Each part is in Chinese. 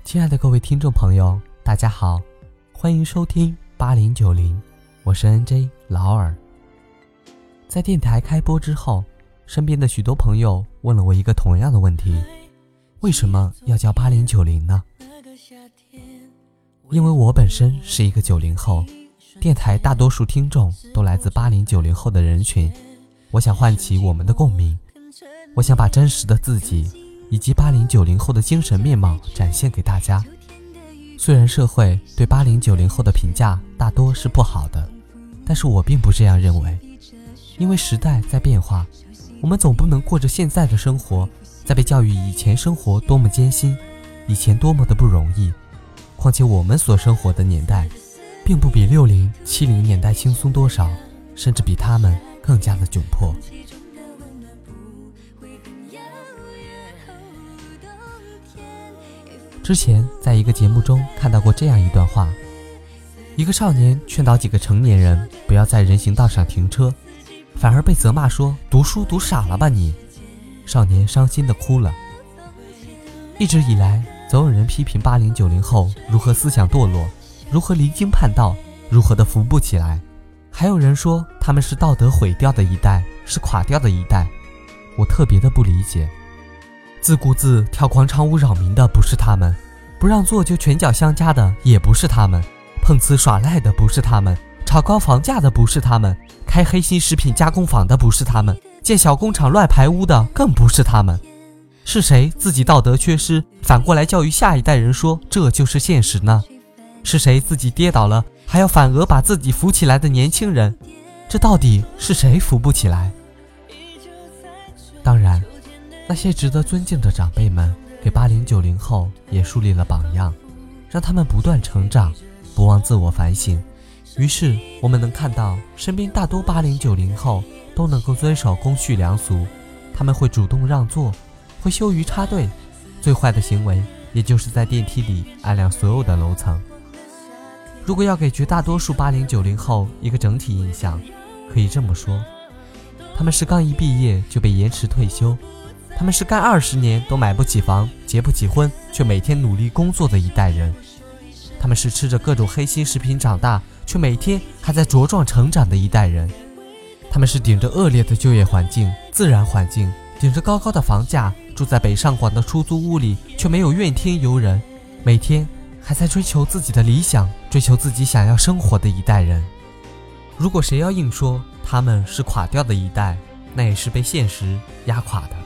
亲爱的各位听众朋友，大家好，欢迎收听8090，我是 NJ 老耳。在电台开播之后，身边的许多朋友问了我一个同样的问题，为什么要叫8090呢？因为我本身是一个90后，电台大多数听众都来自80、90后的人群，我想唤起我们的共鸣，我想把真实的自己以及80、90后的精神面貌展现给大家。虽然社会对80、90后的评价大多是不好的，但是我并不这样认为。因为时代在变化，我们总不能过着现在的生活，在被教育以前生活多么艰辛，以前多么的不容易。况且我们所生活的年代并不比60、70年代轻松多少，甚至比他们更加的窘迫。之前在一个节目中看到过这样一段话，一个少年劝导几个成年人不要在人行道上停车，反而被责骂说读书读傻了吧你。少年伤心地哭了。一直以来总有人批评80、90后如何思想堕落，如何离经叛道，如何的扶不起来，还有人说他们是道德毁掉的一代，是垮掉的一代。我特别的不理解，自顾自跳广场舞扰民的不是他们，不让座就拳脚相加的也不是他们，碰瓷耍赖的不是他们，炒高房价的不是他们，开黑心食品加工坊的不是他们，建小工厂乱排污的更不是他们。是谁自己道德缺失，反过来教育下一代人说这就是现实呢？是谁自己跌倒了，还要反而把自己扶起来的年轻人？这到底是谁扶不起来？当然，那些值得尊敬的长辈们给80、90后也树立了榜样，让他们不断成长，不忘自我反省。于是我们能看到身边大多80、90后都能够遵守公序良俗，他们会主动让座，会羞于插队，最坏的行为也就是在电梯里按亮所有的楼层。如果要给绝大多数80、90后一个整体印象，可以这么说，他们是刚一毕业就被延迟退休，他们是干20年都买不起房结不起婚却每天努力工作的一代人，他们是吃着各种黑心食品长大却每天还在茁壮成长的一代人，他们是顶着恶劣的就业环境、自然环境，顶着高高的房价，住在北上广的出租屋里却没有怨天尤人，每天还在追求自己的理想，追求自己想要生活的一代人。如果谁要硬说他们是垮掉的一代，那也是被现实压垮的。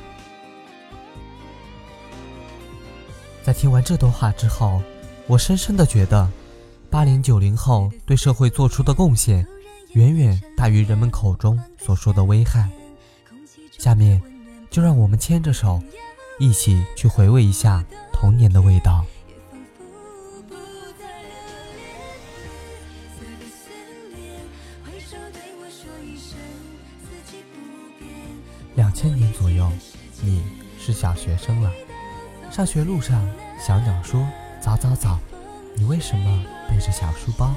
在听完这段话之后，我深深地觉得80、90后对社会做出的贡献远远大于人们口中所说的危害。下面就让我们牵着手一起去回味一下童年的味道。2000年左右，你是小学生了。上学路上，小鸟说早早早，你为什么背着小书包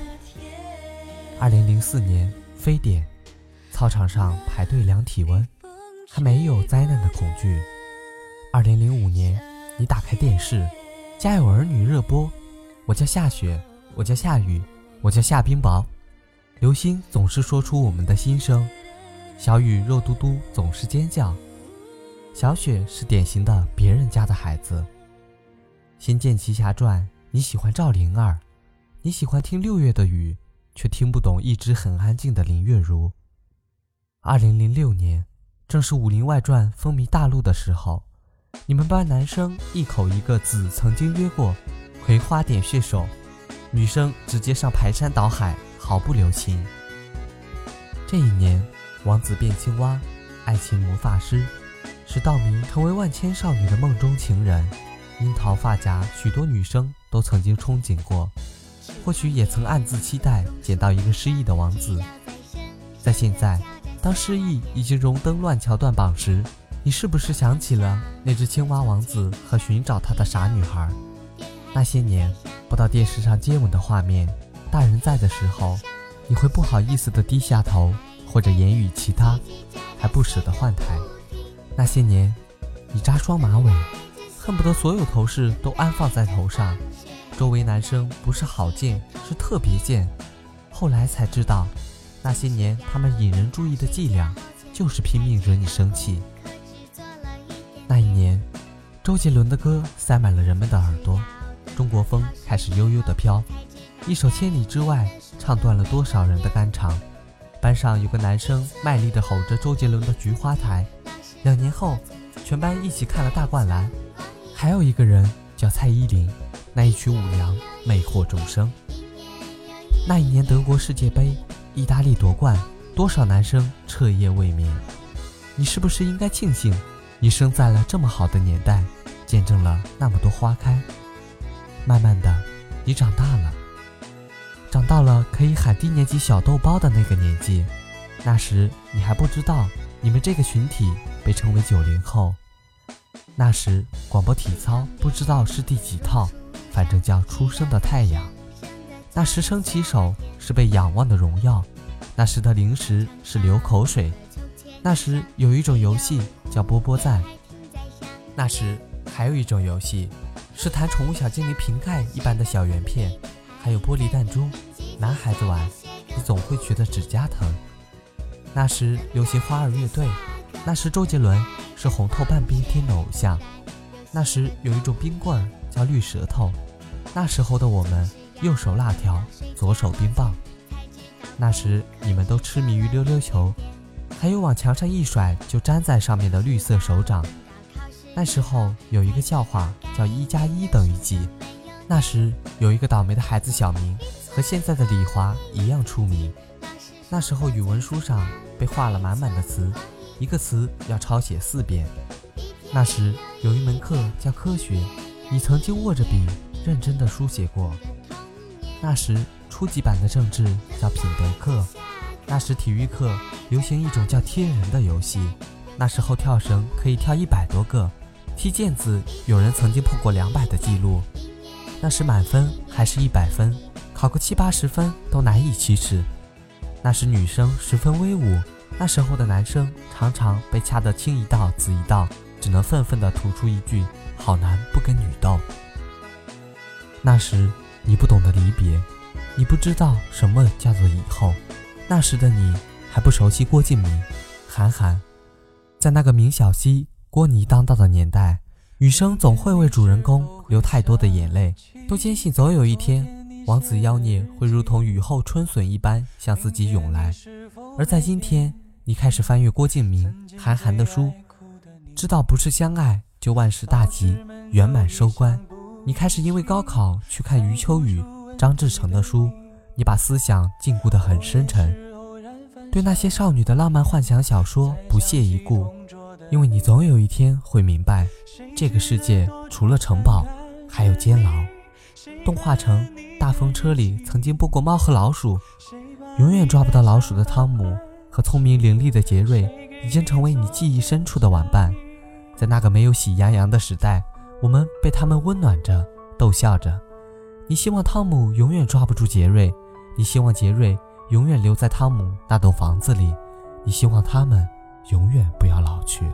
？2004年非典，操场上排队量体温，还没有灾难的恐惧。2005年，你打开电视，家有儿女热播，我叫下雪，我叫下雨，我叫下冰雹。流星总是说出我们的心声，小雨肉嘟嘟总是尖叫，小雪是典型的别人家的孩子。仙剑奇侠传，你喜欢赵灵儿，你喜欢听6月的雨，却听不懂一直很安静的林月如。2006年，正是《武林外传》风靡大陆的时候，你们班男生一口一个子曾经约过，葵花点穴手，女生直接上排山倒海，毫不留情。这一年，王子变青蛙，爱情魔法师，使道明成为万千少女的梦中情人。樱桃发夹，许多女生都曾经憧憬过，或许也曾暗自期待捡到一个失忆的王子。在现在，当失忆已经荣登乱桥断榜时，你是不是想起了那只青蛙王子和寻找他的傻女孩？那些年不到电视上接吻的画面，大人在的时候，你会不好意思地低下头，或者言语其他，还不舍得换台。那些年，你扎双马尾，恨不得所有头饰都安放在头上， 周围男生不是好贱，是特别贱。后来才知道，那些年他们引人注意的伎俩，就是拼命惹你生气。那一年，周杰伦的歌塞满了人们的耳朵，中国风开始悠悠地飘，一首《千里之外》唱断了多少人的肝肠。班上有个男生卖力地吼着周杰伦的《菊花台》，2年后，全班一起看了《大灌篮》。还有一个人叫蔡依林，那一曲舞娘魅惑众生。那一年德国世界杯，意大利夺冠，多少男生彻夜未眠。你是不是应该庆幸，你生在了这么好的年代，见证了那么多花开？慢慢的，你长大了，长到了可以喊低年级小豆包的那个年纪。那时你还不知道，你们这个群体被称为90后。那时广播体操不知道是第几套，反正叫出生的太阳。那时升旗手是被仰望的荣耀，那时的零食是流口水，那时有一种游戏叫波波赞，那时还有一种游戏是弹宠物小精灵瓶盖一般的小圆片，还有玻璃弹珠，男孩子玩你总会觉得指甲疼。那时流行花儿乐队，那时周杰伦是红透半边天的偶像，那时有一种冰棍儿叫绿舌头，那时候的我们右手辣条，左手冰棒。那时你们都痴迷于溜溜球，还有往墙上一甩就粘在上面的绿色手掌。那时候有一个笑话叫1+1等于几。那时有一个倒霉的孩子小明，和现在的李华一样出名。那时候语文书上被画了满满的词，一个词要抄写4遍。那时有一门课叫科学，你曾经握着笔认真地书写过。那时初级版的政治叫品德课，那时体育课流行一种叫贴人的游戏，那时候跳绳可以跳100多个，踢毽子有人曾经破过200的记录。那时满分还是100分，考个70-80分都难以启齿。那时女生十分威武，那时候的男生常常被掐得青一道紫一道，只能愤愤地吐出一句好男不跟女斗。那时你不懂得离别，你不知道什么叫做以后。那时的你还不熟悉郭敬明、韩寒。在那个明晓溪、郭妮当道的年代，女生总会为主人公流太多的眼泪，都坚信总有一天王子妖孽会如同雨后春笋一般向自己涌来。而在今天，你开始翻阅郭敬明、韩寒的书，知道不是相爱就万事大吉、圆满收官。你开始因为高考去看余秋雨、张志成的书，你把思想禁锢得很深沉，对那些少女的浪漫幻想小说不屑一顾，因为你总有一天会明白，这个世界除了城堡还有监牢。动画城大风车里曾经播过猫和老鼠，永远抓不到老鼠的汤姆和聪明伶俐的杰瑞已经成为你记忆深处的玩伴。在那个没有喜羊羊的时代，我们被他们温暖着，逗笑着。你希望汤姆永远抓不住杰瑞，你希望杰瑞永远留在汤姆那栋房子里，你希望他们永远不要老去。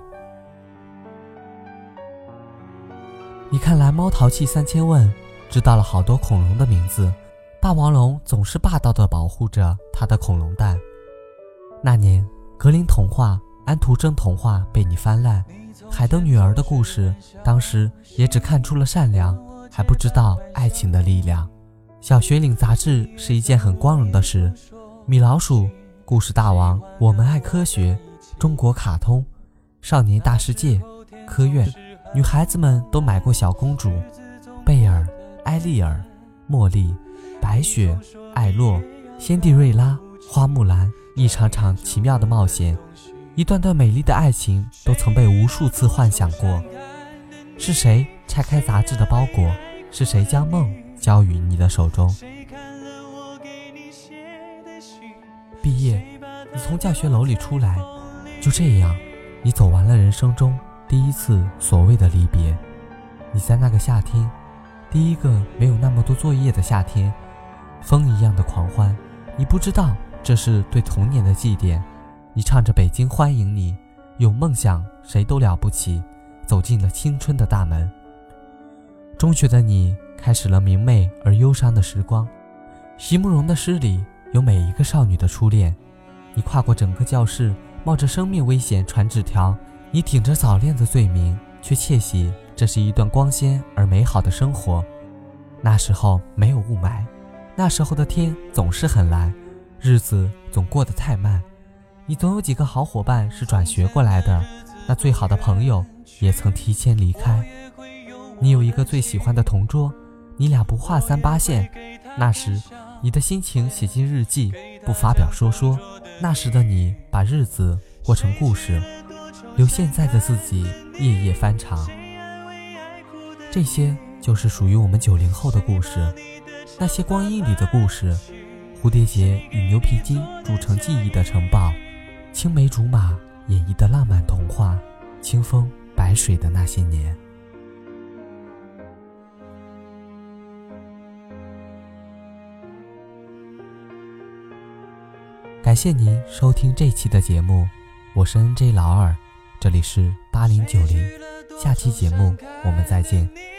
你看蓝猫淘气3000问，知道了好多恐龙的名字，霸王龙总是霸道地保护着它的恐龙蛋。那年格林童话、安徒生童话被你翻烂，海的女儿的故事当时也只看出了善良，还不知道爱情的力量。小学领杂志是一件很光荣的事，米老鼠、故事大王、我们爱科学、中国卡通、少年大世界、科院，女孩子们都买过小公主、贝尔、埃莉尔、茉莉、白雪、艾洛、仙蒂瑞拉、花木兰。一场场奇妙的冒险，一段段美丽的爱情都曾被无数次幻想过。是谁拆开杂志的包裹？是谁将梦交于你的手中？毕业，你从教学楼里出来，就这样，你走完了人生中第一次所谓的离别。你在那个夏天，第一个没有那么多作业的夏天，风一样的狂欢。你不知道这是对童年的祭奠。你唱着北京欢迎你，有梦想谁都了不起，走进了青春的大门。中学的你开始了明媚而忧伤的时光。席慕容的诗里有每一个少女的初恋。你跨过整个教室，冒着生命危险传纸条，你顶着早恋的罪名，却窃喜这是一段光鲜而美好的生活。那时候没有雾霾，那时候的天总是很蓝，日子总过得太慢。你总有几个好伙伴是转学过来的，那最好的朋友也曾提前离开。你有一个最喜欢的同桌，你俩不画3、8线。那时你的心情写进日记，不发表说说。那时的你把日子过成故事，留现在的自己夜夜翻唱。这些就是属于我们90后的故事，那些光阴里的故事。蝴蝶结与牛皮筋铸成记忆的城堡，青梅竹马演绎的浪漫童话，清风白水的那些年。感谢您收听这期的节目，我是 NJ 老二，这里是8090，下期节目我们再见。